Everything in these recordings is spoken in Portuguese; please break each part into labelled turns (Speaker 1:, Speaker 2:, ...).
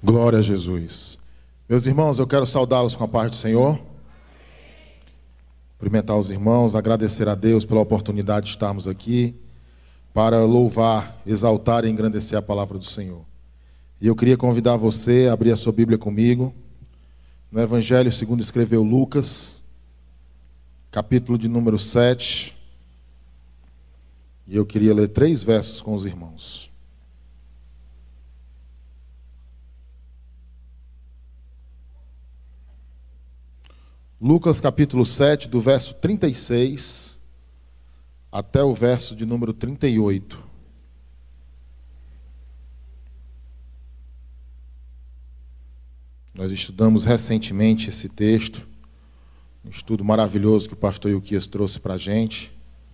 Speaker 1: Glória a Jesus. Meus irmãos, eu quero saudá-los com a paz do Senhor. Cumprimentar os irmãos, agradecer a Deus pela oportunidade de estarmos aqui para louvar, exaltar e engrandecer a palavra do Senhor. E eu queria convidar você a abrir a sua Bíblia comigo, no Evangelho segundo escreveu Lucas, capítulo de número 7. E eu queria ler 3 versos com os irmãos. Lucas capítulo 7, do verso 36 até o verso de número 38. Nós estudamos recentemente esse texto, um estudo maravilhoso que o pastor Ilquias trouxe para a gente.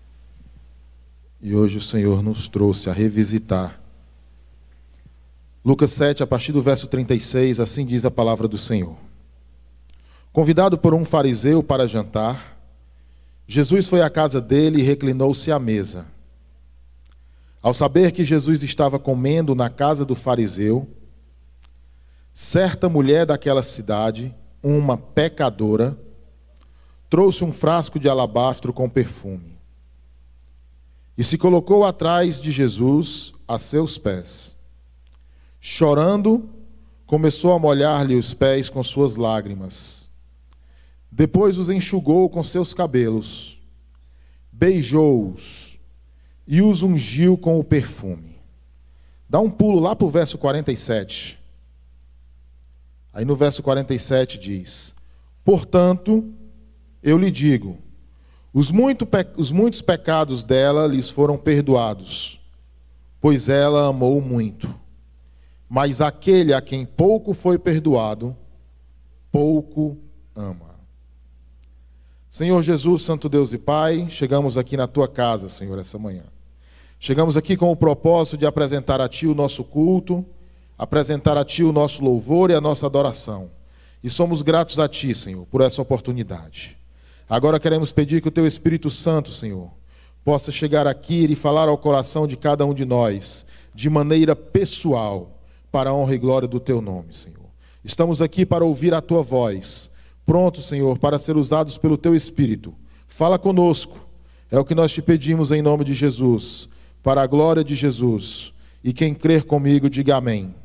Speaker 1: E hoje o Senhor nos trouxe a revisitar. Lucas 7, a partir do verso 36, assim diz a palavra do Senhor. Convidado por um fariseu para jantar, Jesus foi à casa dele e reclinou-se à mesa. Ao saber que Jesus estava comendo na casa do fariseu, certa mulher daquela cidade, uma pecadora, trouxe um frasco de alabastro com perfume e se colocou atrás de Jesus a seus pés. Chorando, começou a molhar-lhe os pés com suas lágrimas. Depois os enxugou com seus cabelos, beijou-os e os ungiu com o perfume. Dá um pulo lá para o verso 47. Aí no verso 47 diz: portanto, eu lhe digo, os muitos pecados dela lhes foram perdoados, pois ela amou muito. Mas aquele a quem pouco foi perdoado, pouco ama. Senhor Jesus, Santo Deus e Pai, chegamos aqui na Tua casa, Senhor, essa manhã. Chegamos aqui com o propósito de apresentar a Ti o nosso culto, apresentar a Ti o nosso louvor e a nossa adoração. E somos gratos a Ti, Senhor, por essa oportunidade. Agora queremos pedir que o Teu Espírito Santo, Senhor, possa chegar aqui e falar ao coração de cada um de nós, de maneira pessoal, para a honra e glória do Teu nome, Senhor. Estamos aqui para ouvir a Tua voz. Prontos, Senhor, para ser usados pelo Teu Espírito. Fala conosco. É o que nós te pedimos em nome de Jesus, para a glória de Jesus. E quem crer comigo, diga amém.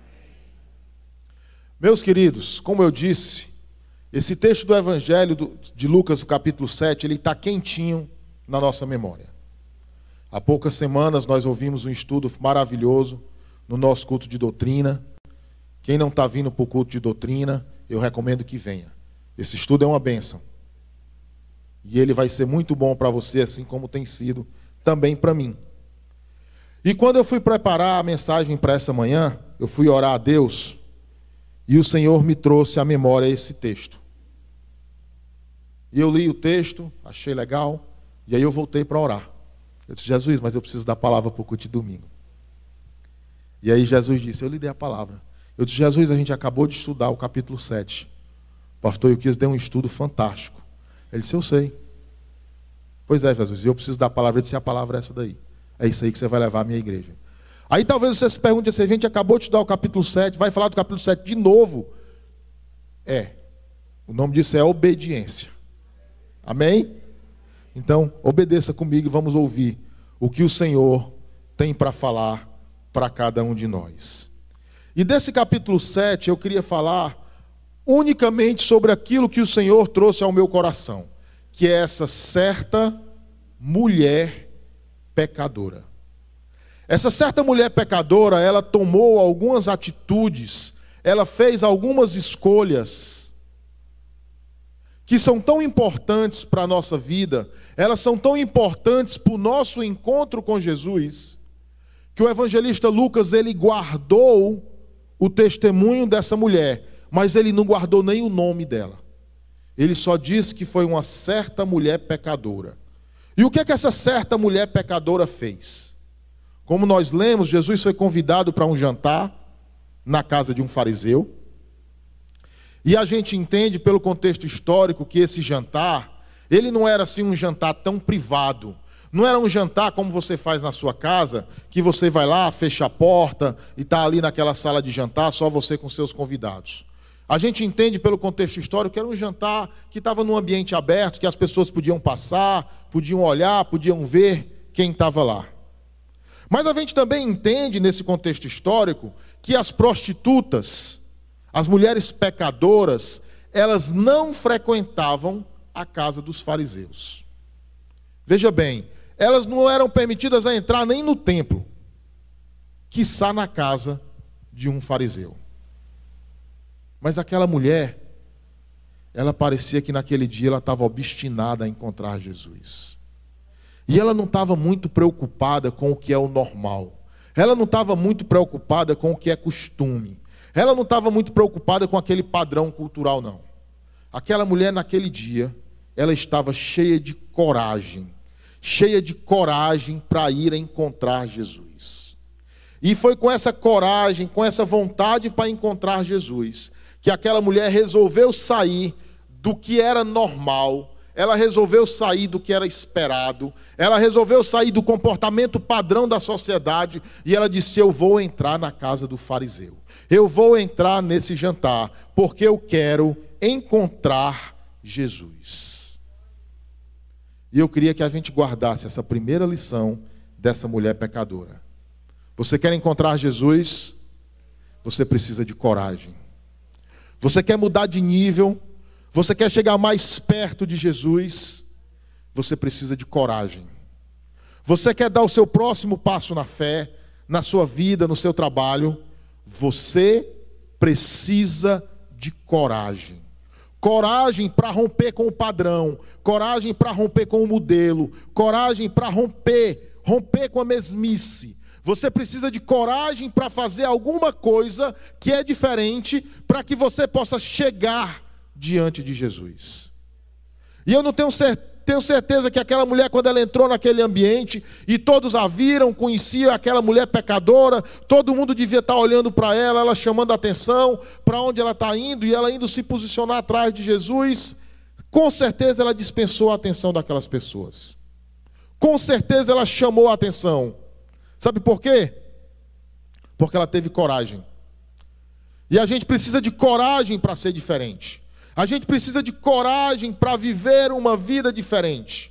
Speaker 1: Meus queridos, como eu disse, esse texto do Evangelho de Lucas, capítulo 7, ele está quentinho na nossa memória. Há poucas semanas nós ouvimos um estudo maravilhoso no nosso culto de doutrina. Quem não está vindo para o culto de doutrina, eu recomendo que venha. Esse estudo é uma bênção. E ele vai ser muito bom para você, assim como tem sido também para mim. E quando eu fui preparar a mensagem para essa manhã, eu fui orar a Deus, e o Senhor me trouxe à memória esse texto. E eu li o texto, achei legal, e aí eu voltei para orar. Eu disse: Jesus, mas eu preciso da palavra para o culto de domingo. E aí Jesus disse: eu lhe dei a palavra. Eu disse: Jesus, a gente acabou de estudar o capítulo 7. O pastor Ilquias deu um estudo fantástico. Ele disse: eu sei. Pois é, Jesus, eu preciso da palavra. Ele disse: a palavra é essa daí. É isso aí que você vai levar à minha igreja. Aí talvez você se pergunte assim: a gente acabou de estudar o capítulo 7, vai falar do capítulo 7 de novo? O nome disso é obediência. Amém? Então, obedeça comigo e vamos ouvir o que o Senhor tem para falar para cada um de nós. E desse capítulo 7 eu queria falar unicamente sobre aquilo que o Senhor trouxe ao meu coração, que é essa certa mulher pecadora. Essa certa mulher pecadora, ela tomou algumas atitudes, ela fez algumas escolhas que são tão importantes para a nossa vida, elas são tão importantes para o nosso encontro com Jesus, que o evangelista Lucas, ele guardou o testemunho dessa mulher, mas ele não guardou nem o nome dela. Ele só disse que foi uma certa mulher pecadora. E o que é que essa certa mulher pecadora fez? Como nós lemos, Jesus foi convidado para um jantar na casa de um fariseu. E a gente entende pelo contexto histórico que esse jantar, ele não era assim um jantar tão privado. Não era um jantar como você faz na sua casa, que você vai lá, fecha a porta e está ali naquela sala de jantar, só você com seus convidados. A gente entende pelo contexto histórico que era um jantar que estava num ambiente aberto, que as pessoas podiam passar, podiam olhar, podiam ver quem estava lá. Mas a gente também entende nesse contexto histórico que as prostitutas, as mulheres pecadoras, elas não frequentavam a casa dos fariseus. Veja bem, elas não eram permitidas a entrar nem no templo, quiçá na casa de um fariseu. Mas aquela mulher, ela parecia que naquele dia ela estava obstinada a encontrar Jesus. E ela não estava muito preocupada com o que é o normal. Ela não estava muito preocupada com o que é costume. Ela não estava muito preocupada com aquele padrão cultural, não. Aquela mulher naquele dia, ela estava cheia de coragem para ir encontrar Jesus. E foi com essa coragem, com essa vontade para encontrar Jesus, que aquela mulher resolveu sair do que era normal, ela resolveu sair do que era esperado, ela resolveu sair do comportamento padrão da sociedade, e ela disse: eu vou entrar na casa do fariseu, eu vou entrar nesse jantar, porque eu quero encontrar Jesus. E eu queria que a gente guardasse essa primeira lição dessa mulher pecadora. Você quer encontrar Jesus? Você precisa de coragem. Você quer mudar de nível? Você quer chegar mais perto de Jesus? Você precisa de coragem. Você quer dar o seu próximo passo na fé, na sua vida, no seu trabalho? Você precisa de coragem. Coragem para romper com o padrão, coragem para romper com o modelo, coragem para romper com a mesmice. Você precisa de coragem para fazer alguma coisa que é diferente, para que você possa chegar diante de Jesus. E eu não tenho certeza que aquela mulher, quando ela entrou naquele ambiente, e todos a viram, conheciam aquela mulher pecadora, todo mundo devia estar olhando para ela, ela chamando a atenção para onde ela está indo, e ela indo se posicionar atrás de Jesus. Com certeza ela dispensou a atenção daquelas pessoas. Com certeza ela chamou a atenção. Sabe por quê? Porque ela teve coragem. E a gente precisa de coragem para ser diferente. A gente precisa de coragem para viver uma vida diferente.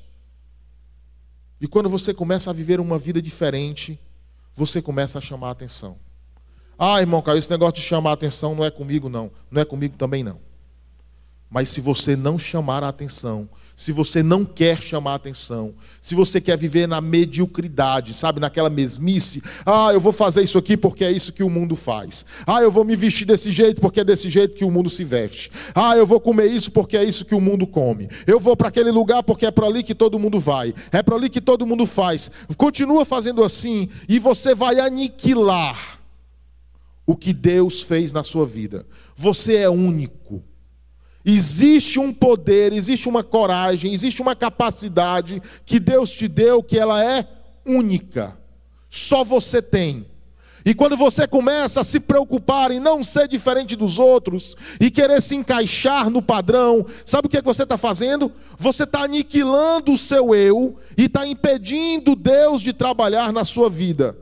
Speaker 1: E quando você começa a viver uma vida diferente, você começa a chamar a atenção. Ah, irmão Caio, esse negócio de chamar a atenção não é comigo não. Não é comigo também não. Mas se você não chamar a atenção, se você não quer chamar a atenção, se você quer viver na mediocridade, sabe, naquela mesmice, eu vou fazer isso aqui porque é isso que o mundo faz. Eu vou me vestir desse jeito porque é desse jeito que o mundo se veste. Eu vou comer isso porque é isso que o mundo come. Eu vou para aquele lugar porque é para ali que todo mundo vai. É para ali que todo mundo faz. Continua fazendo assim e você vai aniquilar o que Deus fez na sua vida. Você é único. Existe um poder, existe uma coragem, existe uma capacidade que Deus te deu, que ela é única. Só você tem. E quando você começa a se preocupar em não ser diferente dos outros e querer se encaixar no padrão, sabe o que você está fazendo? Você está aniquilando o seu eu e está impedindo Deus de trabalhar na sua vida.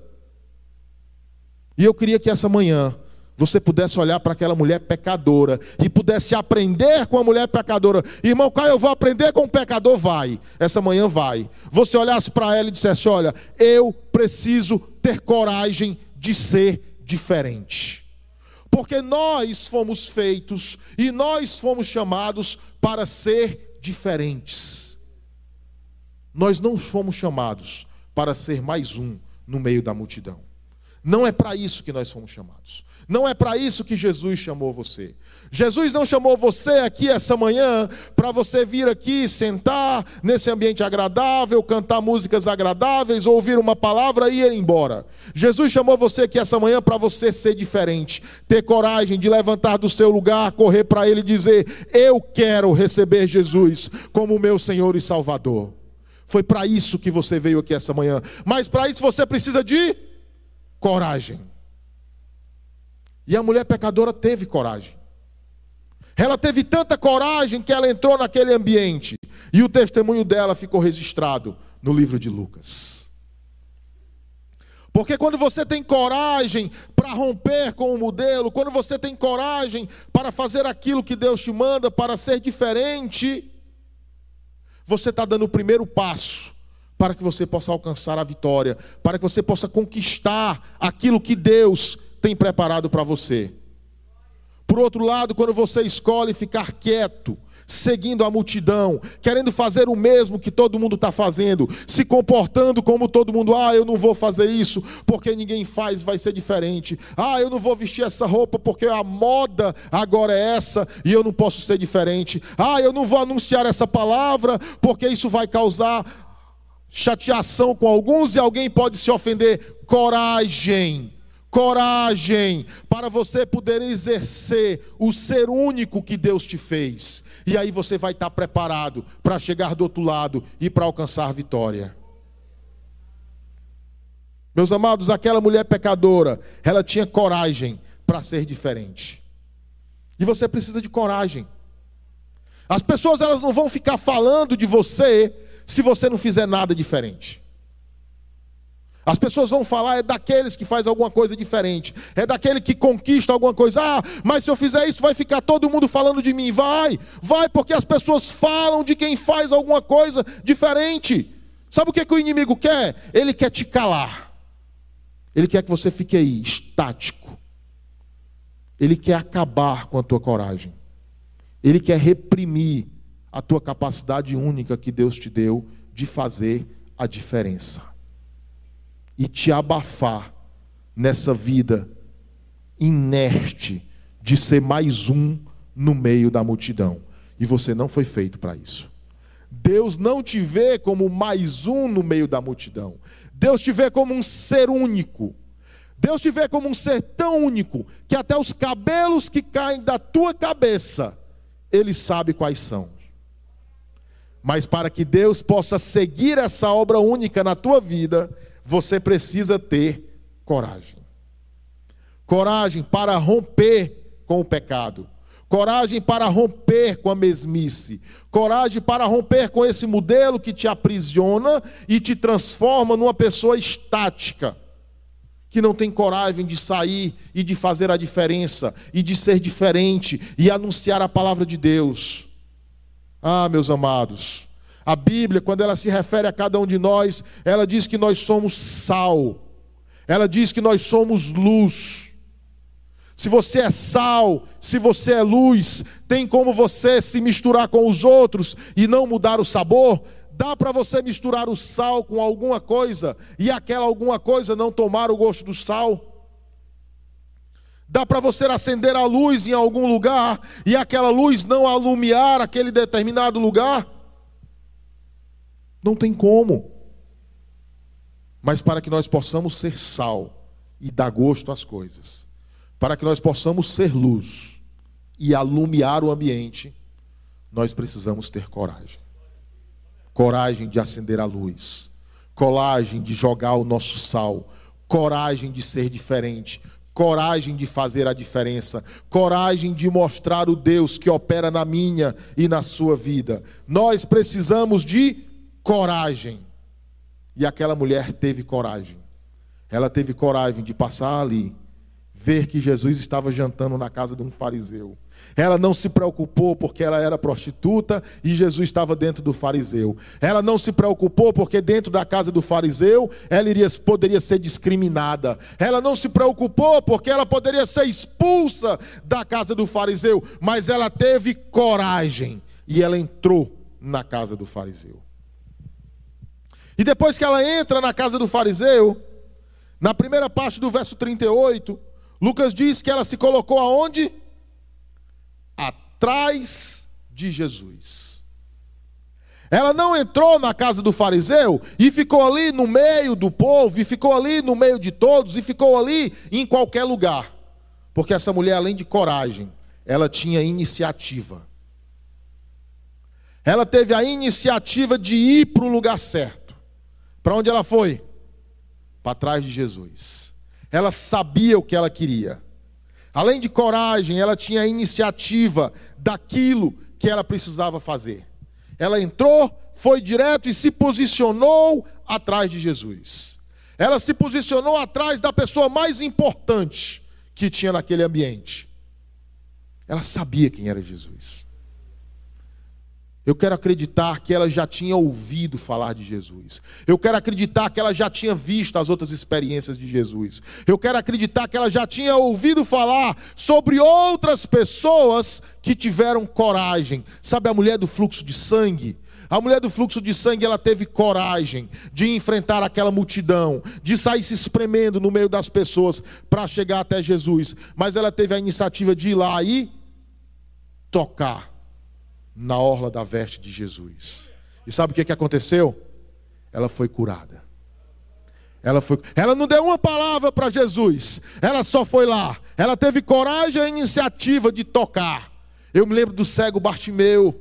Speaker 1: E eu queria que essa manhã você pudesse olhar para aquela mulher pecadora e pudesse aprender com a mulher pecadora. Irmão Caio, eu vou aprender com o pecador? Vai. Essa manhã vai. Você olhasse para ela e dissesse: olha, eu preciso ter coragem de ser diferente. Porque nós fomos feitos e nós fomos chamados para ser diferentes. Nós não fomos chamados para ser mais um no meio da multidão. Não é para isso que nós fomos chamados. Não é para isso que Jesus chamou você. Jesus não chamou você aqui essa manhã para você vir aqui, sentar nesse ambiente agradável, cantar músicas agradáveis, ouvir uma palavra e ir embora. Jesus chamou você aqui essa manhã para você ser diferente, ter coragem de levantar do seu lugar, correr para Ele e dizer: eu quero receber Jesus como meu Senhor e Salvador. Foi para isso que você veio aqui essa manhã. Mas para isso você precisa de coragem. E a mulher pecadora teve coragem. Ela teve tanta coragem que ela entrou naquele ambiente. E o testemunho dela ficou registrado no livro de Lucas. Porque quando você tem coragem para romper com o modelo, quando você tem coragem para fazer aquilo que Deus te manda, para ser diferente, você está dando o primeiro passo para que você possa alcançar a vitória, para que você possa conquistar aquilo que Deus tem preparado para você. Por outro lado, quando você escolhe ficar quieto, seguindo a multidão, querendo fazer o mesmo que todo mundo está fazendo, se comportando como todo mundo, eu não vou fazer isso, porque ninguém faz, vai ser diferente. Eu não vou vestir essa roupa, porque a moda agora é essa, e eu não posso ser diferente. Eu não vou anunciar essa palavra, porque isso vai causar chateação com alguns, e alguém pode se ofender. Coragem, para você poder exercer o ser único que Deus te fez. E aí você vai estar preparado para chegar do outro lado e para alcançar vitória. Meus amados, aquela mulher pecadora, ela tinha coragem para ser diferente. E você precisa de coragem. As pessoas, elas não vão ficar falando de você se você não fizer nada diferente. As pessoas vão falar é daqueles que faz alguma coisa diferente, é daquele que conquista alguma coisa. Mas se eu fizer isso vai ficar todo mundo falando de mim. Vai, porque as pessoas falam de quem faz alguma coisa diferente. Sabe o que o inimigo quer? Ele quer te calar. Ele quer que você fique aí, estático. Ele quer acabar com a tua coragem. Ele quer reprimir a tua capacidade única que Deus te deu de fazer a diferença. E te abafar nessa vida inerte de ser mais um no meio da multidão. E você não foi feito para isso. Deus não te vê como mais um no meio da multidão. Deus te vê como um ser único. Deus te vê como um ser tão único que até os cabelos que caem da tua cabeça, Ele sabe quais são. Mas para que Deus possa seguir essa obra única na tua vida, você precisa ter coragem. Coragem para romper com o pecado. Coragem para romper com a mesmice. Coragem para romper com esse modelo que te aprisiona e te transforma numa pessoa estática, que não tem coragem de sair e de fazer a diferença, e de ser diferente, e anunciar a palavra de Deus. Meus amados, a Bíblia, quando ela se refere a cada um de nós, ela diz que nós somos sal. Ela diz que nós somos luz. Se você é sal, se você é luz, tem como você se misturar com os outros e não mudar o sabor? Dá para você misturar o sal com alguma coisa e aquela alguma coisa não tomar o gosto do sal? Dá para você acender a luz em algum lugar e aquela luz não alumiar aquele determinado lugar? Não tem como. Mas para que nós possamos ser sal e dar gosto às coisas, para que nós possamos ser luz e alumiar o ambiente, nós precisamos ter coragem. Coragem de acender a luz, coragem de jogar o nosso sal, coragem de ser diferente, coragem de fazer a diferença, coragem de mostrar o Deus que opera na minha e na sua vida. Nós precisamos de coragem. E aquela mulher teve coragem. Ela teve coragem de passar ali, ver que Jesus estava jantando na casa de um fariseu. Ela não se preocupou porque ela era prostituta e Jesus estava dentro do fariseu. Ela não se preocupou porque dentro da casa do fariseu ela poderia ser discriminada. Ela não se preocupou porque ela poderia ser expulsa da casa do fariseu. Mas ela teve coragem e ela entrou na casa do fariseu. E depois que ela entra na casa do fariseu, na primeira parte do verso 38, Lucas diz que ela se colocou aonde? Atrás de Jesus. Ela não entrou na casa do fariseu e ficou ali no meio do povo, e ficou ali no meio de todos, e ficou ali em qualquer lugar. Porque essa mulher, além de coragem, ela tinha iniciativa. Ela teve a iniciativa de ir para o lugar certo. Para onde ela foi? Para trás de Jesus. Ela sabia o que ela queria. Além de coragem, ela tinha a iniciativa daquilo que ela precisava fazer. Ela entrou, foi direto e se posicionou atrás de Jesus. Ela se posicionou atrás da pessoa mais importante que tinha naquele ambiente. Ela sabia quem era Jesus. Eu quero acreditar que ela já tinha ouvido falar de Jesus. Eu quero acreditar que ela já tinha visto as outras experiências de Jesus. Eu quero acreditar que ela já tinha ouvido falar sobre outras pessoas que tiveram coragem. Sabe a mulher do fluxo de sangue? A mulher do fluxo de sangue, ela teve coragem de enfrentar aquela multidão, de sair se espremendo no meio das pessoas para chegar até Jesus. Mas ela teve a iniciativa de ir lá e tocar na orla da veste de Jesus. E sabe o que aconteceu? Ela foi curada. Ela não deu uma palavra para Jesus. Ela só foi lá. Ela teve coragem e iniciativa de tocar. Eu me lembro do cego Bartimeu.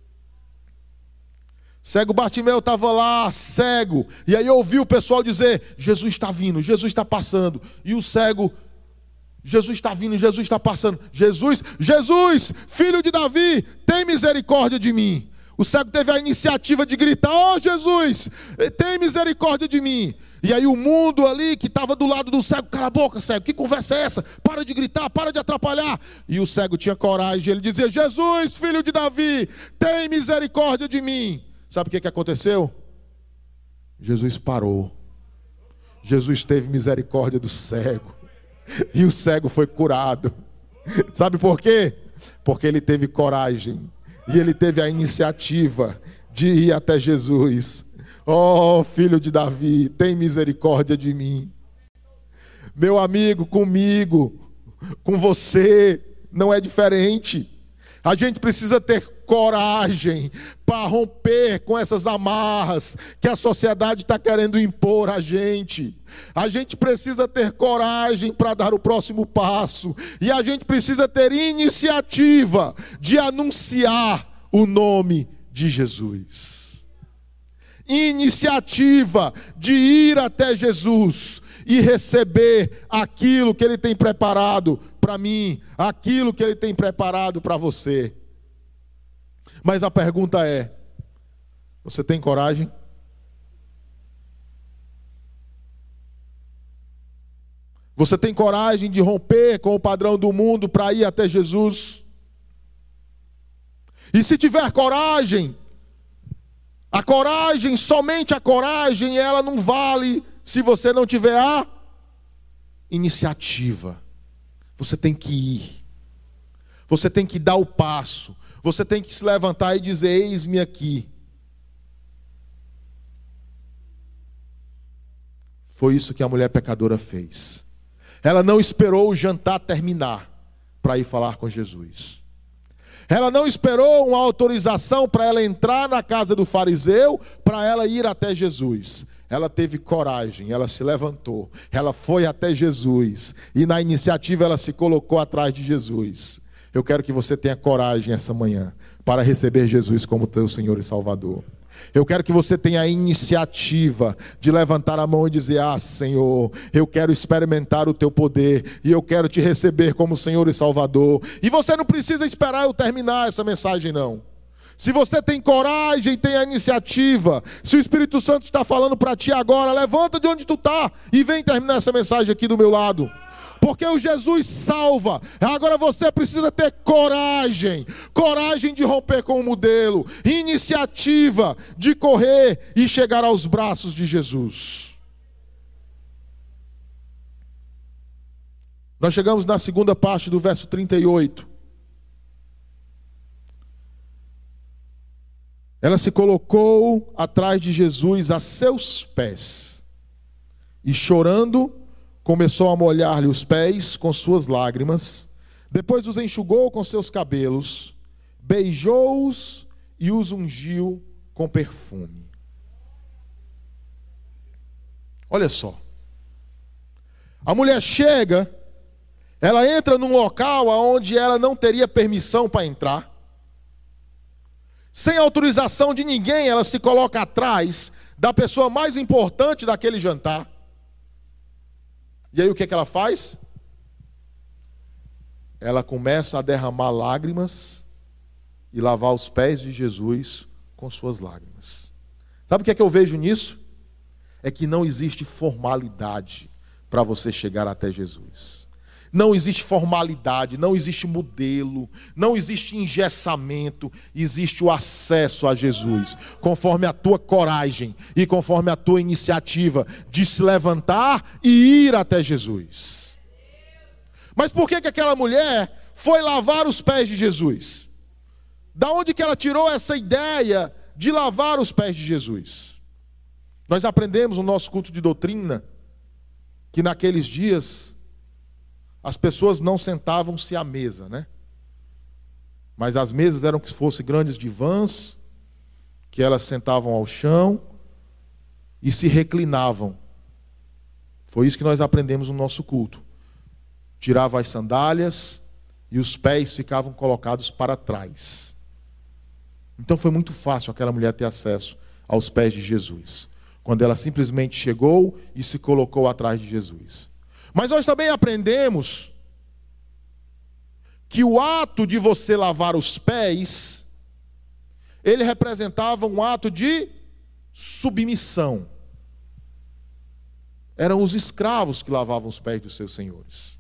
Speaker 1: Cego Bartimeu estava lá, cego. E aí eu ouvi o pessoal dizer: Jesus está vindo, Jesus está passando. E o cego: Jesus está vindo, Jesus está passando. Jesus, filho de Davi, tem misericórdia de mim. O cego teve a iniciativa de gritar: oh Jesus, tem misericórdia de mim. E aí o mundo ali que estava do lado do cego: cala a boca, cego, que conversa é essa? Para de gritar, para de atrapalhar. E o cego tinha coragem, ele dizia: Jesus, filho de Davi, tem misericórdia de mim. Sabe o que aconteceu? Jesus parou. Jesus teve misericórdia do cego. E o cego foi curado. Sabe por quê? Porque ele teve coragem. E ele teve a iniciativa de ir até Jesus. Oh, filho de Davi, tem misericórdia de mim. Meu amigo, comigo, com você, não é diferente. A gente precisa ter coragem para romper com essas amarras que a sociedade está querendo impor a gente. A gente precisa ter coragem para dar o próximo passo. E a gente precisa ter iniciativa de anunciar o nome de Jesus. Iniciativa de ir até Jesus e receber aquilo que Ele tem preparado para mim, aquilo que Ele tem preparado para você. Mas a pergunta é: você tem coragem? Você tem coragem de romper com o padrão do mundo para ir até Jesus? E se tiver coragem, a coragem, somente a coragem, ela não vale se você não tiver a iniciativa. Você tem que ir. Você tem que dar o passo. Você tem que se levantar e dizer: eis-me aqui. Foi isso que a mulher pecadora fez. Ela não esperou o jantar terminar para ir falar com Jesus. Ela não esperou uma autorização para ela entrar na casa do fariseu, para ela ir até Jesus. Ela teve coragem, ela se levantou, ela foi até Jesus. E na iniciativa ela se colocou atrás de Jesus. Eu quero que você tenha coragem essa manhã para receber Jesus como teu Senhor e Salvador. Eu quero que você tenha a iniciativa de levantar a mão e dizer: ah, Senhor, eu quero experimentar o teu poder e eu quero te receber como Senhor e Salvador. E você não precisa esperar eu terminar essa mensagem, não. Se você tem coragem, tem a iniciativa, se o Espírito Santo está falando para ti agora, levanta de onde tu está e vem terminar essa mensagem aqui do meu lado. Porque o Jesus salva. Agora você precisa ter coragem. Coragem de romper com o modelo. Iniciativa de correr e chegar aos braços de Jesus. Nós chegamos na segunda parte do verso 38. Ela se colocou atrás de Jesus a seus pés. E chorando, começou a molhar-lhe os pés com suas lágrimas, depois os enxugou com seus cabelos, beijou-os e os ungiu com perfume. Olha só. A mulher chega, ela entra num local onde ela não teria permissão para entrar. Sem autorização de ninguém, ela se coloca atrás da pessoa mais importante daquele jantar. E aí o que ela faz? Ela começa a derramar lágrimas e lavar os pés de Jesus com suas lágrimas. Sabe o que é que eu vejo nisso? É que não existe formalidade para você chegar até Jesus. Não existe formalidade, não existe modelo, não existe engessamento, existe o acesso a Jesus, conforme a tua coragem e conforme a tua iniciativa de se levantar e ir até Jesus. Mas por que aquela mulher foi lavar os pés de Jesus? Da onde que ela tirou essa ideia de lavar os pés de Jesus? Nós aprendemos no nosso culto de doutrina que naqueles dias as pessoas não sentavam-se à mesa, né? Mas as mesas eram que fossem grandes divãs, que elas sentavam ao chão e se reclinavam. Foi isso que nós aprendemos no nosso culto. Tirava as sandálias e os pés ficavam colocados para trás. Então foi muito fácil aquela mulher ter acesso aos pés de Jesus, quando ela simplesmente chegou e se colocou atrás de Jesus. Mas nós também aprendemos que o ato de você lavar os pés, ele representava um ato de submissão. Eram os escravos que lavavam os pés dos seus senhores.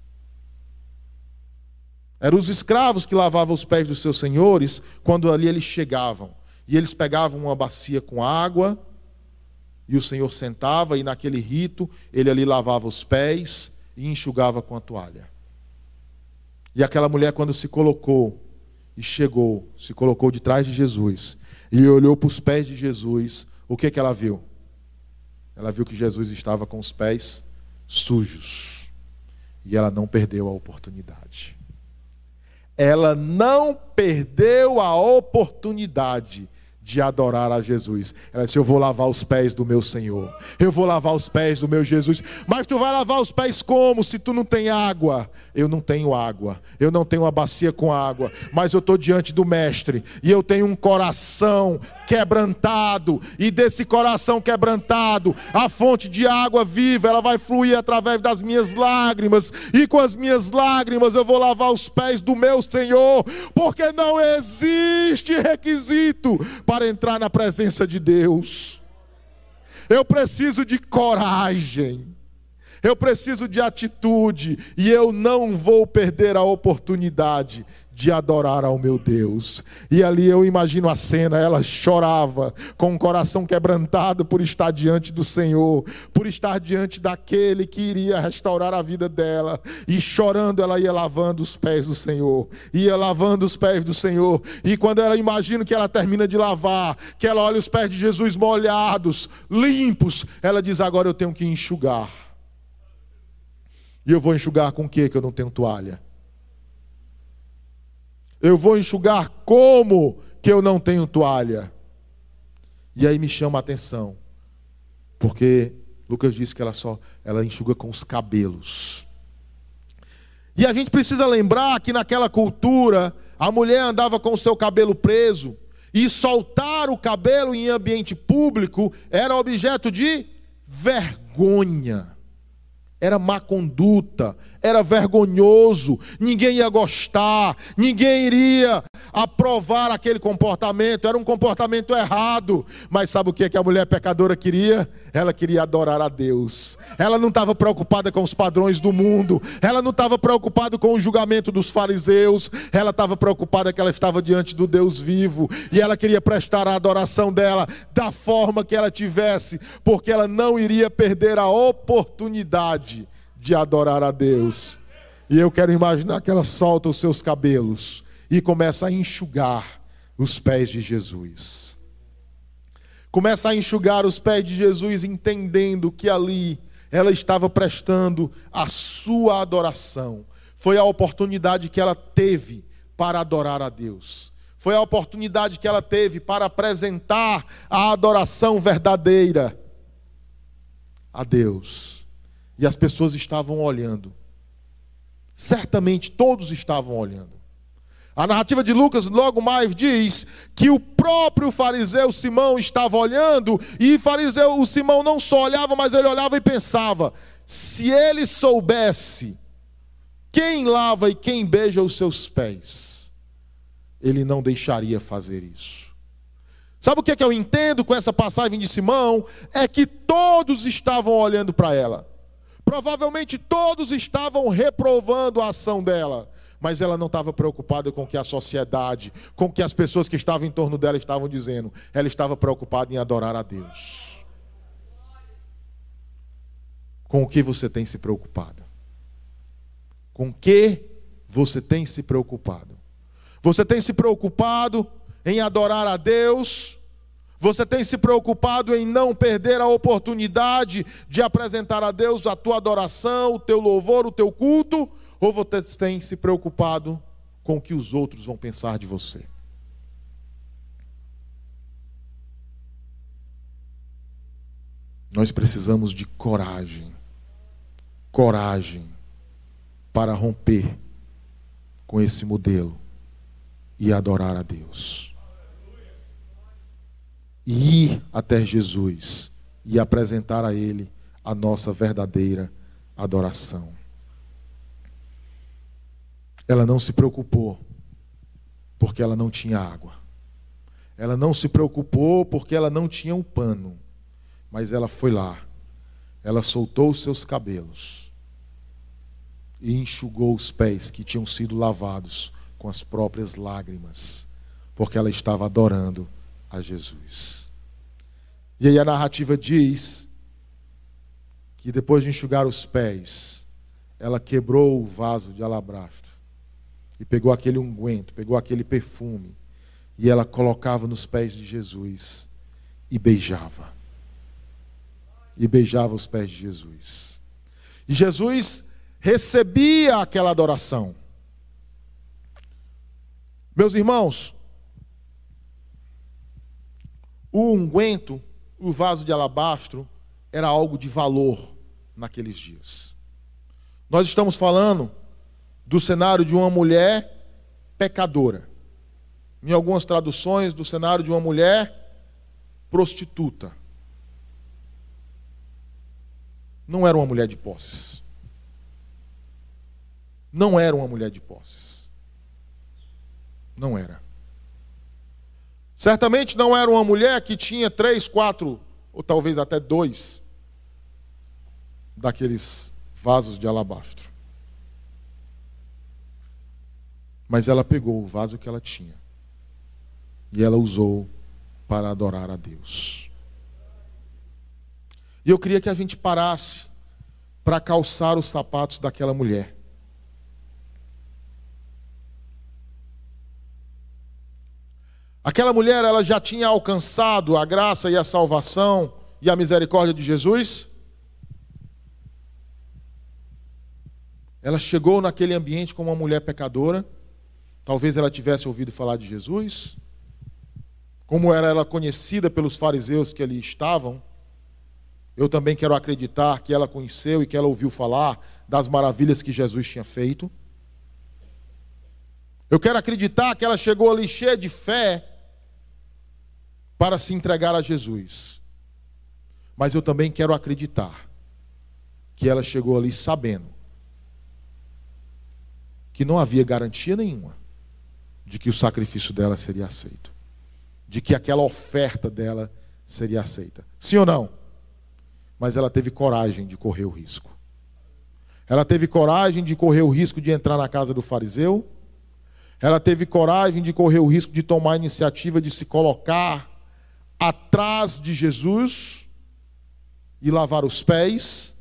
Speaker 1: Eram os escravos que lavavam os pés dos seus senhores quando ali eles chegavam. E eles pegavam uma bacia com água, e o Senhor sentava, e naquele rito, ele ali lavava os pés e enxugava com a toalha. E aquela mulher, quando se colocou e chegou, se colocou de trás de Jesus e olhou para os pés de Jesus, o que ela viu? Ela viu que Jesus estava com os pés sujos. E ela não perdeu a oportunidade. Ela não perdeu a oportunidade de adorar a Jesus. Ela disse: eu vou lavar os pés do meu Senhor, eu vou lavar os pés do meu Jesus. Mas tu vai lavar os pés como? Se tu não tem água. Eu não tenho água, eu não tenho uma bacia com água, mas eu estou diante do Mestre, e eu tenho um coração quebrantado, e desse coração quebrantado, a fonte de água viva, ela vai fluir através das minhas lágrimas, e com as minhas lágrimas eu vou lavar os pés do meu Senhor, porque não existe requisito para entrar na presença de Deus. Eu preciso de coragem, eu preciso de atitude, e eu não vou perder a oportunidade de adorar ao meu Deus. E ali eu imagino a cena, ela chorava com o coração quebrantado por estar diante do Senhor, por estar diante daquele que iria restaurar a vida dela, e chorando ela ia lavando os pés do Senhor, ia lavando os pés do Senhor, e quando ela imagina que ela termina de lavar, que ela olha os pés de Jesus molhados, limpos, ela diz: agora eu tenho que enxugar. E eu vou enxugar com o quê? Que eu não tenho toalha. Eu vou enxugar como que eu não tenho toalha? E aí me chama a atenção, porque Lucas disse que ela enxuga com os cabelos. E a gente precisa lembrar que naquela cultura, a mulher andava com o seu cabelo preso, e soltar o cabelo em ambiente público era objeto de vergonha. Era má conduta, era vergonhoso, ninguém ia gostar, ninguém iria aprovar aquele comportamento, era um comportamento errado. Mas sabe o que a mulher pecadora queria? Ela queria adorar a Deus. Ela não estava preocupada com os padrões do mundo, ela não estava preocupada com o julgamento dos fariseus, ela estava preocupada que ela estava diante do Deus vivo, e ela queria prestar a adoração dela da forma que ela tivesse, porque ela não iria perder a oportunidade de adorar a Deus. E eu quero imaginar que ela solta os seus cabelos e começa a enxugar os pés de Jesus. Começa a enxugar os pés de Jesus, entendendo que ali ela estava prestando a sua adoração. Foi a oportunidade que ela teve para adorar a Deus. Foi a oportunidade que ela teve para apresentar a adoração verdadeira a Deus. E as pessoas estavam olhando. Certamente todos estavam olhando. A narrativa de Lucas logo mais diz que o próprio fariseu Simão estava olhando, e o Simão não só olhava, mas ele olhava e pensava: se ele soubesse quem lava e quem beija os seus pés, ele não deixaria fazer isso. Sabe o que eu entendo com essa passagem de Simão? É que todos estavam olhando para ela. Provavelmente todos estavam reprovando a ação dela. Mas ela não estava preocupada com o que a sociedade, com o que as pessoas que estavam em torno dela estavam dizendo. Ela estava preocupada em adorar a Deus. Com o que você tem se preocupado? Com o que você tem se preocupado? Você tem se preocupado em adorar a Deus? Você tem se preocupado em não perder a oportunidade de apresentar a Deus a tua adoração, o teu louvor, o teu culto? Ou você tem se preocupado com o que os outros vão pensar de você? Nós precisamos de coragem. Coragem para romper com esse modelo e adorar a Deus. E ir até Jesus e apresentar a Ele a nossa verdadeira adoração. Ela não se preocupou porque ela não tinha água. Ela não se preocupou porque ela não tinha um pano. Mas ela foi lá. Ela soltou os seus cabelos e enxugou os pés que tinham sido lavados com as próprias lágrimas, porque ela estava adorando a Jesus. E aí a narrativa diz que depois de enxugar os pés, ela quebrou o vaso de alabastro e pegou aquele unguento, pegou aquele perfume, e ela colocava nos pés de Jesus e beijava. E beijava os pés de Jesus. E Jesus recebia aquela adoração. Meus irmãos, o unguento, o vaso de alabastro, era algo de valor naqueles dias. Nós estamos falando do cenário de uma mulher pecadora. Em algumas traduções, do cenário de uma mulher prostituta. Não era uma mulher de posses. Não era uma mulher de posses. Não era. Certamente não era uma mulher que tinha 3, 4, ou talvez até 2 daqueles vasos de alabastro. Mas ela pegou o vaso que ela tinha e ela usou para adorar a Deus. E eu queria que a gente parasse para calçar os sapatos daquela mulher. Aquela mulher, ela já tinha alcançado a graça e a salvação e a misericórdia de Jesus? Ela chegou naquele ambiente como uma mulher pecadora. Talvez ela tivesse ouvido falar de Jesus. Como era ela conhecida pelos fariseus que ali estavam, eu também quero acreditar que ela conheceu e que ela ouviu falar das maravilhas que Jesus tinha feito. Eu quero acreditar que ela chegou ali cheia de fé para se entregar a Jesus. Mas eu também quero acreditar que ela chegou ali sabendo que não havia garantia nenhuma de que o sacrifício dela seria aceito, de que aquela oferta dela seria aceita. Sim ou não? Mas ela teve coragem de correr o risco. Ela teve coragem de correr o risco de entrar na casa do fariseu. Ela teve coragem de correr o risco de tomar a iniciativa de se colocar atrás de Jesus e lavar os pés.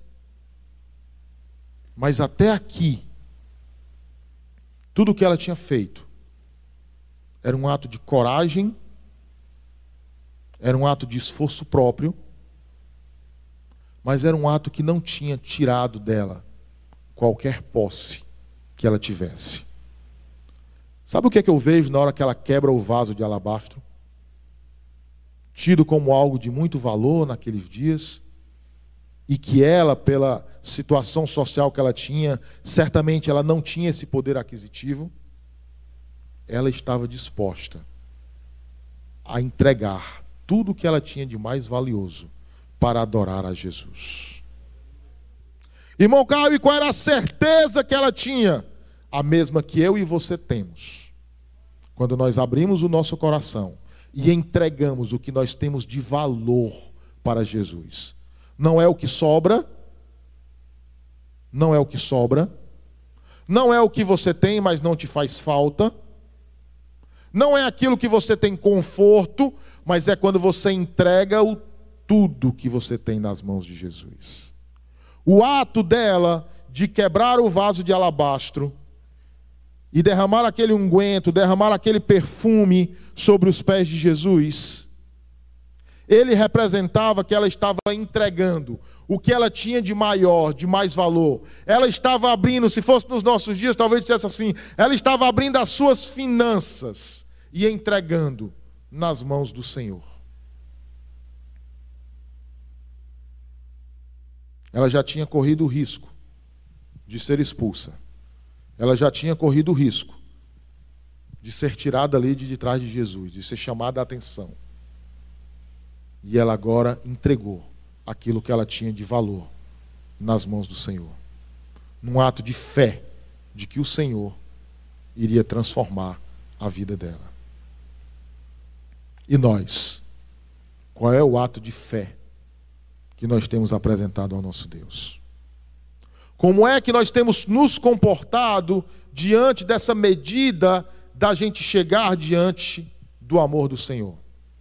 Speaker 1: Mas até aqui, tudo o que ela tinha feito era um ato de coragem, era um ato de esforço próprio, mas era um ato que não tinha tirado dela qualquer posse que ela tivesse. Sabe o que é que eu vejo na hora que ela quebra o vaso de alabastro? Tido como algo de muito valor naqueles dias, e que ela, pela situação social que ela tinha, certamente ela não tinha esse poder aquisitivo. Ela estava disposta a entregar tudo o que ela tinha de mais valioso para adorar a Jesus. Irmão Caio, e qual era a certeza que ela tinha? A mesma que eu e você temos. Quando nós abrimos o nosso coração e entregamos o que nós temos de valor para Jesus. Não é o que sobra, não é o que sobra, não é o que você tem, mas não te faz falta, não é aquilo que você tem conforto, mas é quando você entrega tudo que você tem nas mãos de Jesus. O ato dela de quebrar o vaso de alabastro e derramar aquele unguento, derramar aquele perfume sobre os pés de Jesus, ele representava que ela estava entregando o que ela tinha de maior, de mais valor. Ela estava abrindo, se fosse nos nossos dias, talvez dissesse assim, ela estava abrindo as suas finanças e entregando nas mãos do Senhor. Ela já tinha corrido o risco de ser expulsa. Ela já tinha corrido o risco de ser tirada ali de trás de Jesus, de ser chamada a atenção. E ela agora entregou aquilo que ela tinha de valor nas mãos do Senhor, num ato de fé de que o Senhor iria transformar a vida dela. E nós, qual é o ato de fé que nós temos apresentado ao nosso Deus? Como é que nós temos nos comportado diante dessa medida da gente chegar diante do amor do Senhor?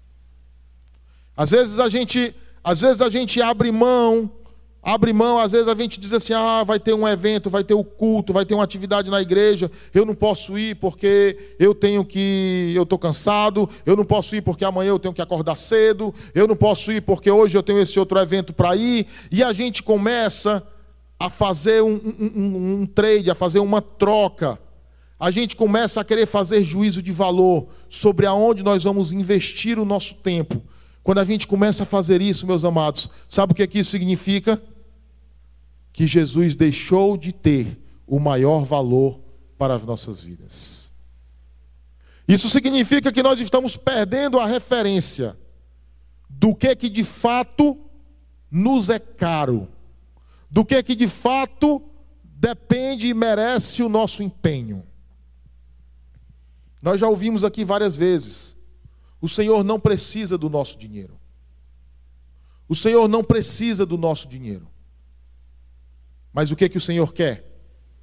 Speaker 1: Às vezes a gente abre mão, às vezes a gente diz assim, vai ter um evento, vai ter o culto, vai ter uma atividade na igreja, eu não posso ir porque eu estou cansado, eu não posso ir porque amanhã eu tenho que acordar cedo, eu não posso ir porque hoje eu tenho esse outro evento para ir, e a gente começa a fazer um trade, a fazer uma troca. A gente começa a querer fazer juízo de valor sobre aonde nós vamos investir o nosso tempo. Quando a gente começa a fazer isso, meus amados, sabe o que isso significa? Que Jesus deixou de ter o maior valor para as nossas vidas. Isso significa que nós estamos perdendo a referência do que de fato nos é caro, do que de fato depende e merece o nosso empenho. Nós já ouvimos aqui várias vezes, o Senhor não precisa do nosso dinheiro. O Senhor não precisa do nosso dinheiro. Mas o que o Senhor quer?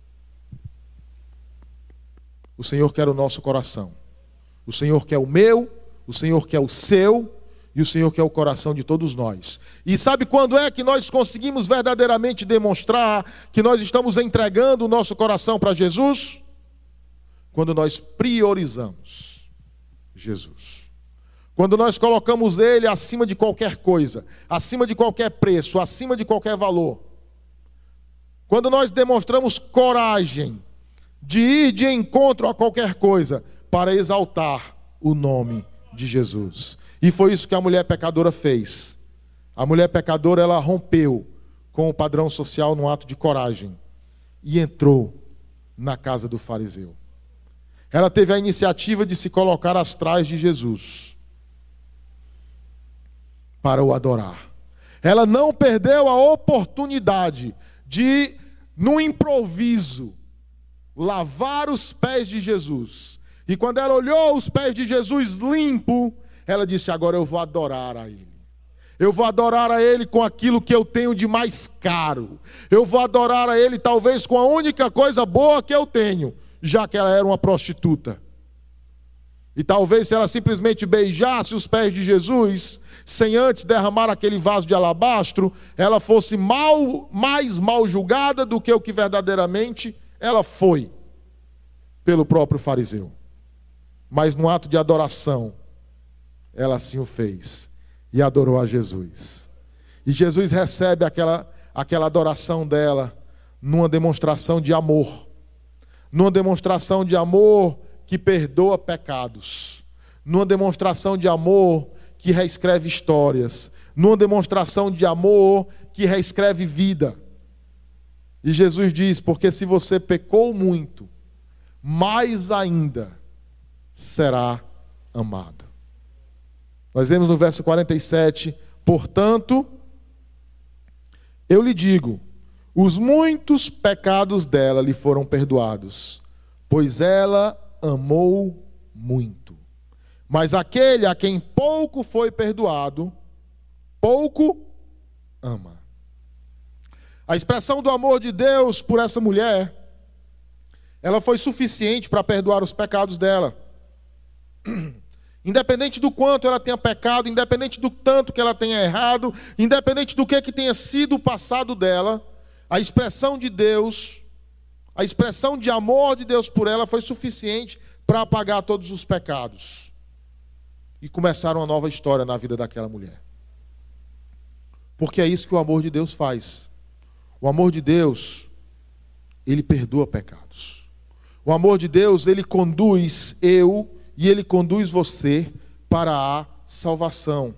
Speaker 1: O Senhor quer o nosso coração. O Senhor quer o meu, o Senhor quer o seu, e o Senhor quer o coração de todos nós. E sabe quando é que nós conseguimos verdadeiramente demonstrar que nós estamos entregando o nosso coração para Jesus? Quando nós priorizamos Jesus. Quando nós colocamos Ele acima de qualquer coisa, acima de qualquer preço, acima de qualquer valor. Quando nós demonstramos coragem de ir de encontro a qualquer coisa para exaltar o nome de Jesus. E foi isso que a mulher pecadora fez. A mulher pecadora, ela rompeu com o padrão social num ato de coragem e entrou na casa do fariseu. Ela teve a iniciativa de se colocar atrás de Jesus para o adorar. Ela não perdeu a oportunidade de, no improviso, lavar os pés de Jesus. E quando ela olhou os pés de Jesus limpo, ela disse, agora eu vou adorar a Ele. Eu vou adorar a Ele com aquilo que eu tenho de mais caro. Eu vou adorar a Ele talvez com a única coisa boa que eu tenho, já que ela era uma prostituta. E talvez se ela simplesmente beijasse os pés de Jesus, sem antes derramar aquele vaso de alabastro, ela fosse mais mal julgada do que o que verdadeiramente ela foi pelo próprio fariseu. Mas no ato de adoração, ela assim o fez e adorou a Jesus. E Jesus recebe aquela adoração dela numa demonstração de amor. Numa demonstração de amor que perdoa pecados. Numa demonstração de amor que reescreve histórias. Numa demonstração de amor que reescreve vida. E Jesus diz, porque se você pecou muito, mais ainda será amado. Nós vemos no verso 47, portanto, eu lhe digo, os muitos pecados dela lhe foram perdoados, pois ela amou muito. Mas aquele a quem pouco foi perdoado, pouco ama. A expressão do amor de Deus por essa mulher, ela foi suficiente para perdoar os pecados dela. Independente do quanto ela tenha pecado, independente do tanto que ela tenha errado, independente do que tenha sido o passado dela, a expressão de Deus, a expressão de amor de Deus por ela foi suficiente para apagar todos os pecados. E começar uma nova história na vida daquela mulher. Porque é isso que o amor de Deus faz. O amor de Deus, ele perdoa pecados. O amor de Deus, ele conduz eu e ele conduz você para a salvação.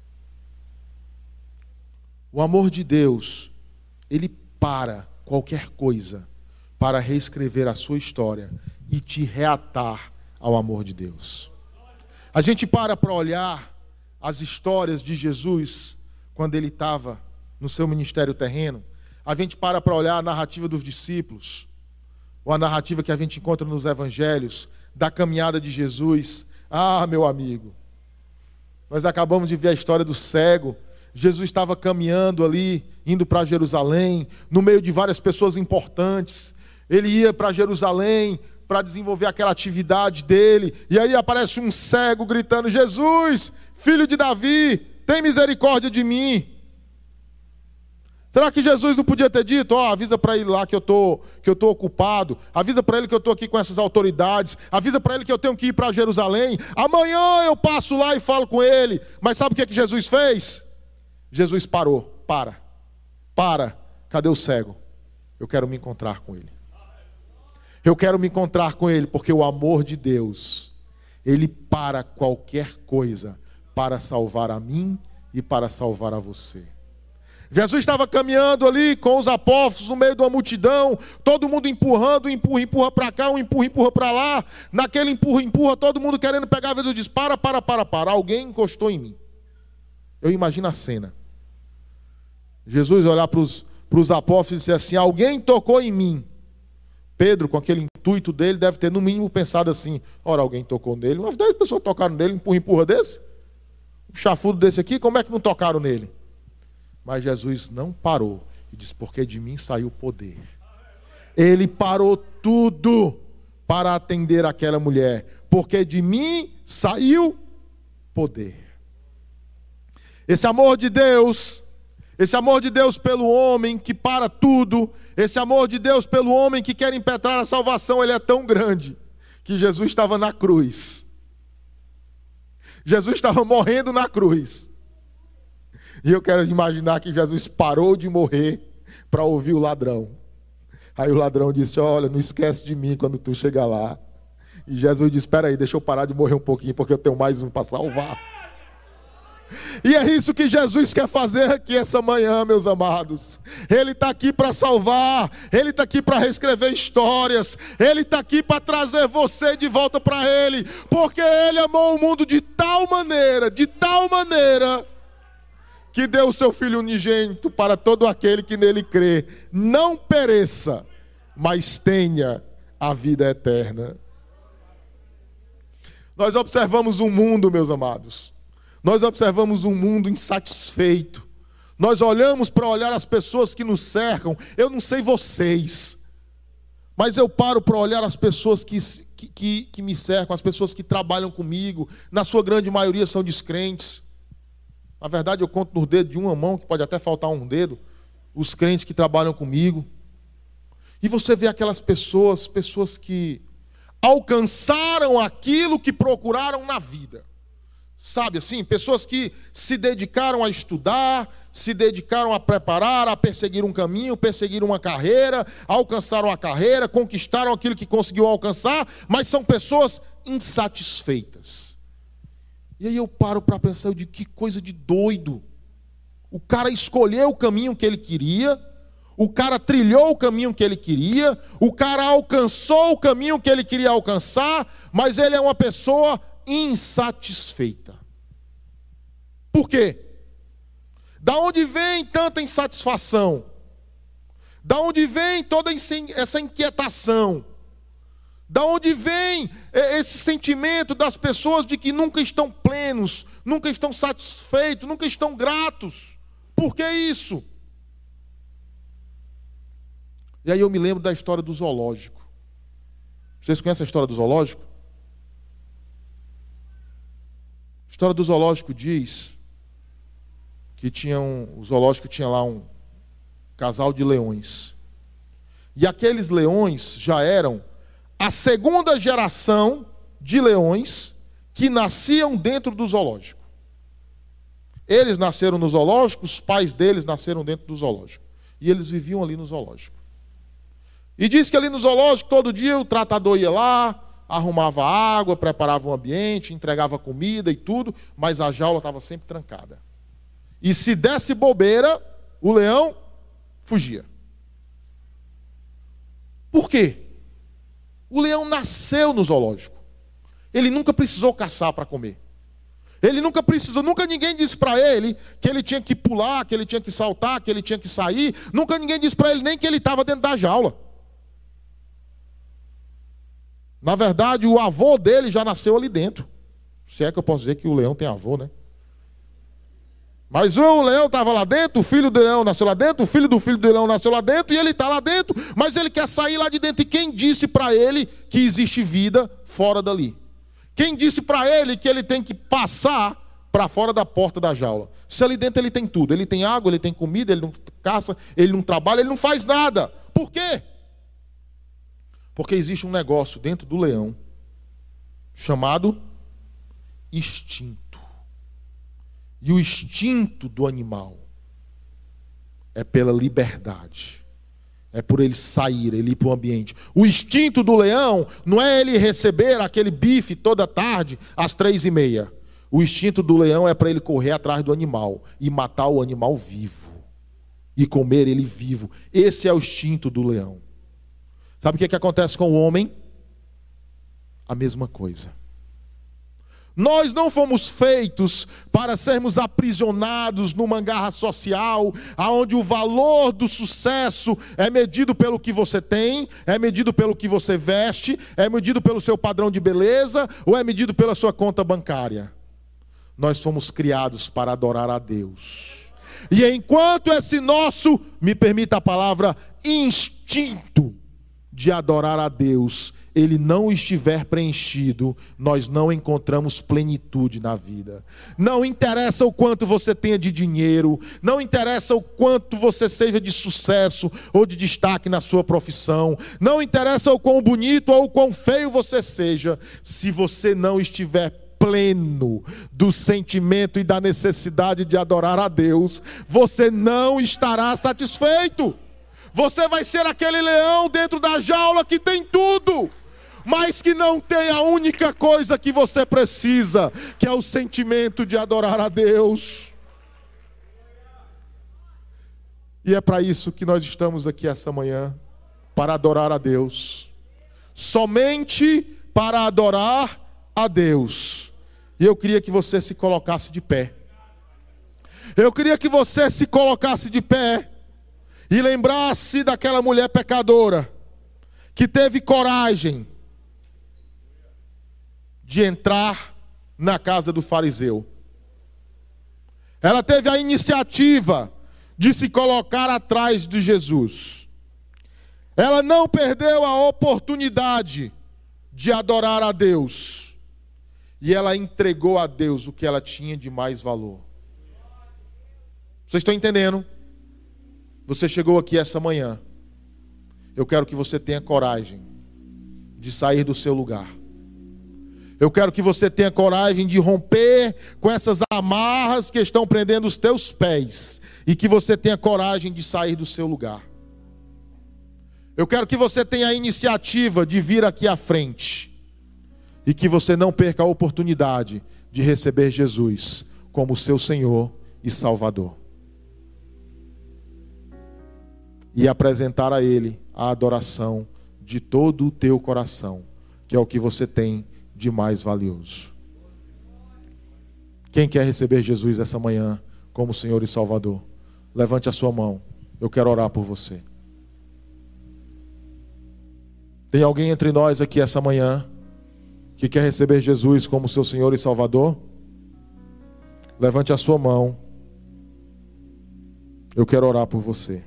Speaker 1: O amor de Deus, ele para qualquer coisa para reescrever a sua história e te reatar ao amor de Deus. A gente para olhar as histórias de Jesus quando ele estava no seu ministério terreno. A gente para olhar a narrativa dos discípulos, ou a narrativa que a gente encontra nos evangelhos, da caminhada de Jesus. Ah, meu amigo, nós acabamos de ver a história do cego. Jesus estava caminhando ali, indo para Jerusalém, no meio de várias pessoas importantes. Ele ia para Jerusalém para desenvolver aquela atividade dele, e aí aparece um cego gritando: Jesus, filho de Davi, tem misericórdia de mim. Será que Jesus não podia ter dito: avisa para ele lá que eu tô ocupado, avisa para ele que eu estou aqui com essas autoridades, avisa para ele que eu tenho que ir para Jerusalém, amanhã eu passo lá e falo com ele. Mas sabe o que Jesus fez? Jesus parou. Para, cadê o cego? Eu quero me encontrar com ele. Eu quero me encontrar com ele, porque o amor de Deus, ele para qualquer coisa para salvar a mim e para salvar a você. Jesus estava caminhando ali com os apóstolos no meio de uma multidão, todo mundo empurrando, empurra para cá, empurra para lá. Naquele empurra, todo mundo querendo pegar. Jesus diz: para. Alguém encostou em mim. Eu imagino a cena. Jesus olhar para os apóstolos e dizer assim: alguém tocou em mim. Pedro, com aquele intuito dele, deve ter no mínimo pensado assim: ora, alguém tocou nele. Umas 10 pessoas tocaram nele, empurra desse. Um chafudo desse aqui, como é que não tocaram nele? Mas Jesus não parou e disse: porque de mim saiu poder. Ele parou tudo para atender aquela mulher, porque de mim saiu poder. Esse amor de Deus pelo homem que para tudo, esse amor de Deus pelo homem que quer impetrar a salvação, ele é tão grande que Jesus estava na cruz. Jesus estava morrendo na cruz. E eu quero imaginar que Jesus parou de morrer para ouvir o ladrão. Aí o ladrão disse: olha, não esquece de mim quando tu chegar lá. E Jesus disse: espera aí, deixa eu parar de morrer um pouquinho, porque eu tenho mais um para salvar. E é isso que Jesus quer fazer aqui essa manhã, meus amados. Ele está aqui para salvar, Ele está aqui para reescrever histórias, Ele está aqui para trazer você de volta para Ele, porque Ele amou o mundo de tal maneira, que deu o seu Filho unigênito para todo aquele que nele crê, não pereça, mas tenha a vida eterna. Nós observamos um mundo, meus amados, nós observamos um mundo insatisfeito. Nós olhamos para olhar as pessoas que nos cercam. Eu não sei vocês, mas eu paro para olhar as pessoas que me cercam, as pessoas que trabalham comigo. Na sua grande maioria são descrentes. Na verdade, eu conto no dedo de uma mão, que pode até faltar um dedo, os crentes que trabalham comigo. E você vê aquelas pessoas que alcançaram aquilo que procuraram na vida. Sabe assim, pessoas que se dedicaram a estudar, se dedicaram a preparar, a perseguir um caminho, perseguir uma carreira, alcançaram a carreira, conquistaram aquilo que conseguiu alcançar, mas são pessoas insatisfeitas. E aí eu paro para pensar, eu digo: que coisa de doido. O cara escolheu o caminho que ele queria, o cara trilhou o caminho que ele queria, o cara alcançou o caminho que ele queria alcançar, mas ele é uma pessoa insatisfeita. Por quê? Da onde vem tanta insatisfação? Da onde vem toda essa inquietação? Da onde vem esse sentimento das pessoas de que nunca estão plenos, nunca estão satisfeitos, nunca estão gratos? Por que isso? E aí eu me lembro da história do zoológico. Vocês conhecem a história do zoológico? A história do zoológico diz que o zoológico tinha lá um casal de leões. E aqueles leões já eram a segunda geração de leões que nasciam dentro do zoológico. Eles nasceram no zoológico, os pais deles nasceram dentro do zoológico. E eles viviam ali no zoológico. E diz que ali no zoológico, todo dia o tratador ia lá, arrumava água, preparava o ambiente, entregava comida e tudo, mas a jaula estava sempre trancada. E se desse bobeira, o leão fugia. Por quê? O leão nasceu no zoológico. Ele nunca precisou caçar para comer. Ele nunca precisou, nunca ninguém disse para ele que ele tinha que pular, que ele tinha que saltar, que ele tinha que sair. Nunca ninguém disse para ele nem que ele estava dentro da jaula. Na verdade, o avô dele já nasceu ali dentro. Se é que eu posso dizer que o leão tem avô, né? Mas o leão estava lá dentro, o filho do leão nasceu lá dentro, o filho do leão nasceu lá dentro, e ele está lá dentro, mas ele quer sair lá de dentro. E quem disse para ele que existe vida fora dali? Quem disse para ele que ele tem que passar para fora da porta da jaula? Se ali dentro ele tem tudo, ele tem água, ele tem comida, ele não caça, ele não trabalha, ele não faz nada. Por quê? Porque existe um negócio dentro do leão chamado instinto. E o instinto do animal é pela liberdade. É por ele sair, ele ir para o ambiente. O instinto do leão não é ele receber aquele bife toda tarde, às 3h30. O instinto do leão é para ele correr atrás do animal e matar o animal vivo. E comer ele vivo. Esse é o instinto do leão. Sabe o que acontece com o homem? A mesma coisa. Nós não fomos feitos para sermos aprisionados numa garra social, onde o valor do sucesso é medido pelo que você tem, é medido pelo que você veste, é medido pelo seu padrão de beleza, ou é medido pela sua conta bancária. Nós fomos criados para adorar a Deus. E enquanto esse nosso, me permita a palavra, instinto de adorar a Deus, ele não estiver preenchido, nós não encontramos plenitude na vida. Não interessa o quanto você tenha de dinheiro, não interessa o quanto você seja de sucesso ou de destaque na sua profissão, não interessa o quão bonito ou o quão feio você seja, se você não estiver pleno do sentimento e da necessidade de adorar a Deus, você não estará satisfeito. Você vai ser aquele leão dentro da jaula que tem tudo, mas que não tem a única coisa que você precisa, que é o sentimento de adorar a Deus. E é para isso que nós estamos aqui essa manhã, para adorar a Deus. Somente para adorar a Deus. E eu queria que você se colocasse de pé. Eu queria que você se colocasse de pé e lembrasse daquela mulher pecadora que teve coragem de entrar na casa do fariseu. Ela teve a iniciativa de se colocar atrás de Jesus. Ela não perdeu a oportunidade de adorar a Deus. E ela entregou a Deus o que ela tinha de mais valor. Vocês estão entendendo? Você chegou aqui essa manhã. Eu quero que você tenha coragem de sair do seu lugar. Eu quero que você tenha coragem de romper com essas amarras que estão prendendo os teus pés. E que você tenha coragem de sair do seu lugar. Eu quero que você tenha a iniciativa de vir aqui à frente. E que você não perca a oportunidade de receber Jesus como seu Senhor e Salvador. E apresentar a Ele a adoração de todo o teu coração, que é o que você tem de mais valioso. Quem quer receber Jesus essa manhã como Senhor e Salvador? Levante a sua mão, eu quero orar por você. Tem alguém entre nós aqui essa manhã que quer receber Jesus como seu Senhor e Salvador? Levante a sua mão. Eu quero orar por você.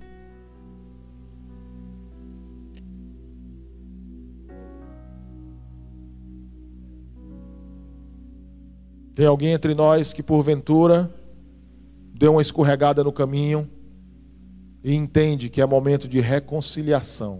Speaker 1: Tem alguém entre nós que porventura deu uma escorregada no caminho e entende que é momento de reconciliação?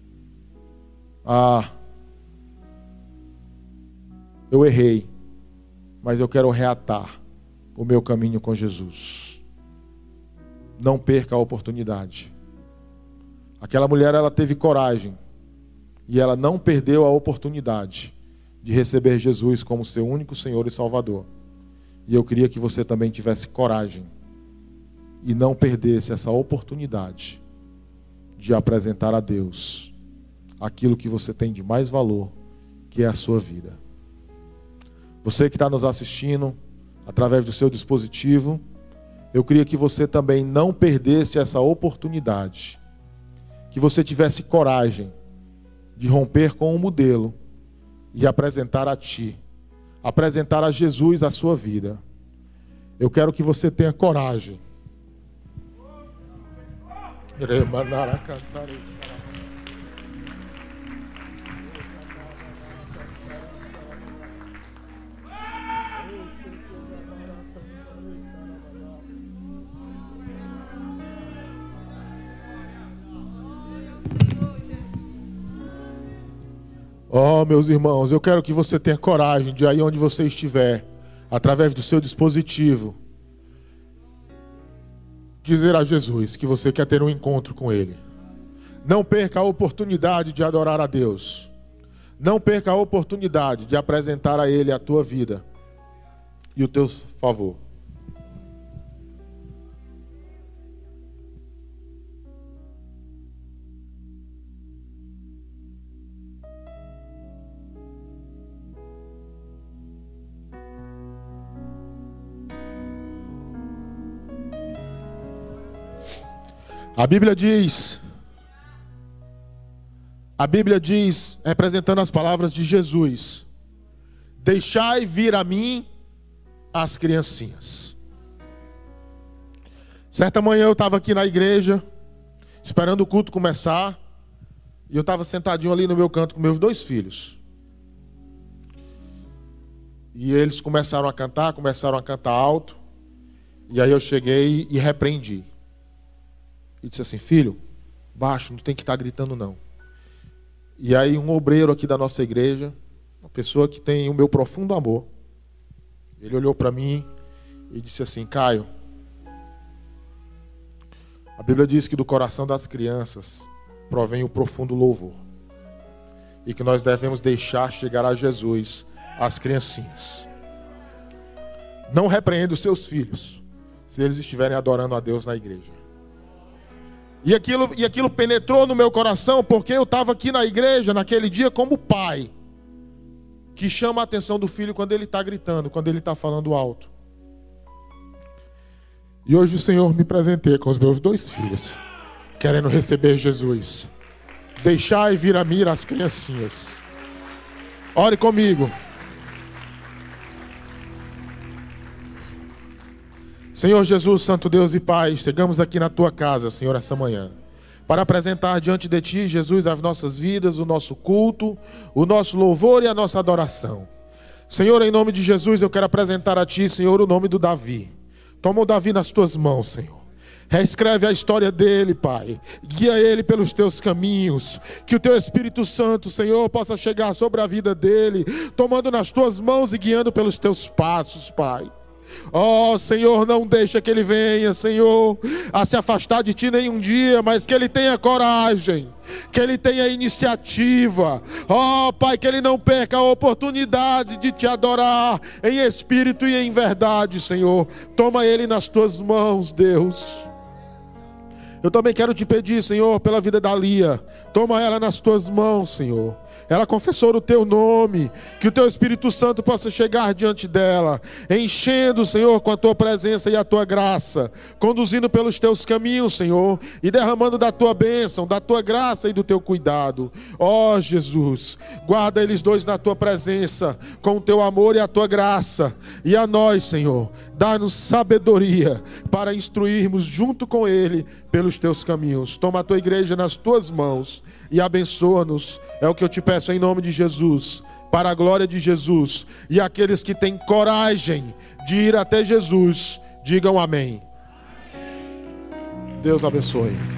Speaker 1: Eu errei, mas eu quero reatar o meu caminho com Jesus. Não perca a oportunidade. Aquela mulher, ela teve coragem e ela não perdeu a oportunidade de receber Jesus como seu único Senhor e Salvador. E eu queria que você também tivesse coragem e não perdesse essa oportunidade de apresentar a Deus aquilo que você tem de mais valor, que é a sua vida. Você que está nos assistindo através do seu dispositivo, eu queria que você também não perdesse essa oportunidade, que você tivesse coragem de romper com o modelo e apresentar a ti, apresentar a Jesus a sua vida. Eu quero que você tenha coragem. Oh, meus irmãos, eu quero que você tenha coragem de aí onde você estiver, através do seu dispositivo, dizer a Jesus que você quer ter um encontro com Ele. Não perca a oportunidade de adorar a Deus. Não perca a oportunidade de apresentar a Ele a tua vida e o teu favor. A Bíblia diz, representando as palavras de Jesus: deixai vir a mim as criancinhas. Certa manhã eu estava aqui na igreja, esperando o culto começar, e eu estava sentadinho ali no meu canto com meus 2 filhos. E eles começaram a cantar alto, e aí eu cheguei e repreendi. E disse assim: filho, baixo, não tem que estar gritando não. E aí um obreiro aqui da nossa igreja, uma pessoa que tem o meu profundo amor, ele olhou para mim e disse assim: Caio, a Bíblia diz que do coração das crianças provém o profundo louvor, e que nós devemos deixar chegar a Jesus as criancinhas. Não repreenda os seus filhos se eles estiverem adorando a Deus na igreja. E aquilo penetrou no meu coração, porque eu estava aqui na igreja naquele dia como pai que chama a atenção do filho quando ele está gritando, quando ele está falando alto. E hoje o Senhor me presenteia com os meus 2 filhos, querendo receber Jesus. Deixai vir a mim as criancinhas. Ore comigo. Senhor Jesus, Santo Deus e Pai, chegamos aqui na Tua casa, Senhor, essa manhã, para apresentar diante de Ti, Jesus, as nossas vidas, o nosso culto, o nosso louvor e a nossa adoração. Senhor, em nome de Jesus, eu quero apresentar a Ti, Senhor, o nome do Davi. Toma o Davi nas Tuas mãos, Senhor. Reescreve a história dele, Pai. Guia ele pelos Teus caminhos. Que o Teu Espírito Santo, Senhor, possa chegar sobre a vida dele, tomando nas Tuas mãos e guiando pelos Teus passos, Pai. Oh, Senhor, não deixa que ele venha, Senhor, a se afastar de Ti nenhum dia, mas que ele tenha coragem, que ele tenha iniciativa. Oh, Pai, que ele não perca a oportunidade de Te adorar em espírito e em verdade, Senhor. Toma ele nas Tuas mãos, Deus. Eu também quero Te pedir, Senhor, pela vida da Lia. Toma ela nas Tuas mãos, Senhor. Ela confessou o teu nome, que o teu Espírito Santo possa chegar diante dela, enchendo, Senhor, com a tua presença e a tua graça, conduzindo pelos teus caminhos, Senhor, e derramando da tua bênção, da tua graça e do teu cuidado. Ó Jesus, guarda eles dois na tua presença, com o teu amor e a tua graça, e a nós, Senhor, dá-nos sabedoria para instruirmos junto com ele pelos teus caminhos. Toma a tua igreja nas tuas mãos e abençoa-nos, é o que eu te peço em nome de Jesus, para a glória de Jesus. E aqueles que têm coragem de ir até Jesus, digam amém. Deus abençoe.